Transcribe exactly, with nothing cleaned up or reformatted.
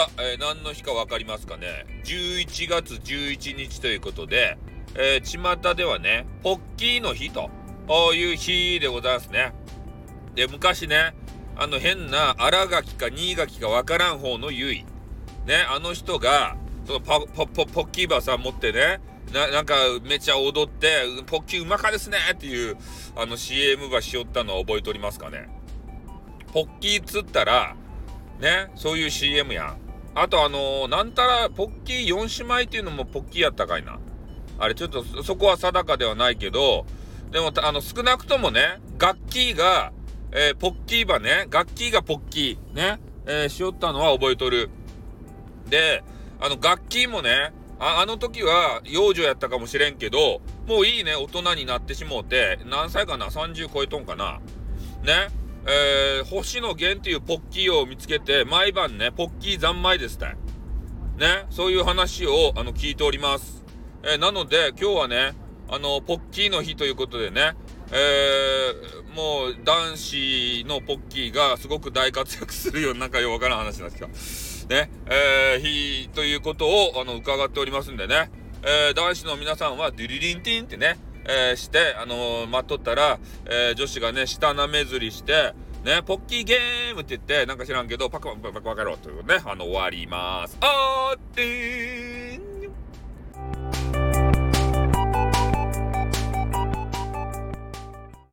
は、えー、何の日か分かりますかね。じゅういちがつじゅういちにちということで、えー、巷ではね、ポッキーの日という日でございますね。で、昔ね、あの変な新垣か新垣か分からん方のゆい。ね、あの人が、そのポポポポッキーバーさん持ってね、な、なんかめちゃ踊って、ポッキーうまかですねっていう、あの シーエム ばしよったのを覚えておりますかね。ポッキーっつったら、ね、そういう シーエム やん。あとあのー、なんたら、ポッキーよん姉妹っていうのもポッキーやったかいな。あれちょっとそこは定かではないけど、でもあの少なくともね、楽器が、えー、ポッキーばね、楽器がポッキー、ね、えー、しよったのは覚えとる。で、あの楽器もね、あ, あの時は幼女やったかもしれんけど、もういいね、大人になってしもうて、何歳かな ?さんじゅう 超えとんかなね、えー、星野源っていうポッキーを見つけて、毎晩ね、ポッキー三昧ですたい。ね、そういう話を、あの、聞いております。えー、なので、今日はね、あの、ポッキーの日ということでね、えー、もう、男子のポッキーがすごく大活躍するような、なんかよくわからん話なんですか。ね、えー、日ということを、あの、伺っておりますんでね、えー、男子の皆さんは、ドゥリリンティンってね、えー、して、あのー、待っとったら、えー、女子がね、舌なめずりして、ね、ポッキーゲームって言って、なんか知らんけど、パクパクパクパクパクやろうというね、あの、終わります。あーってー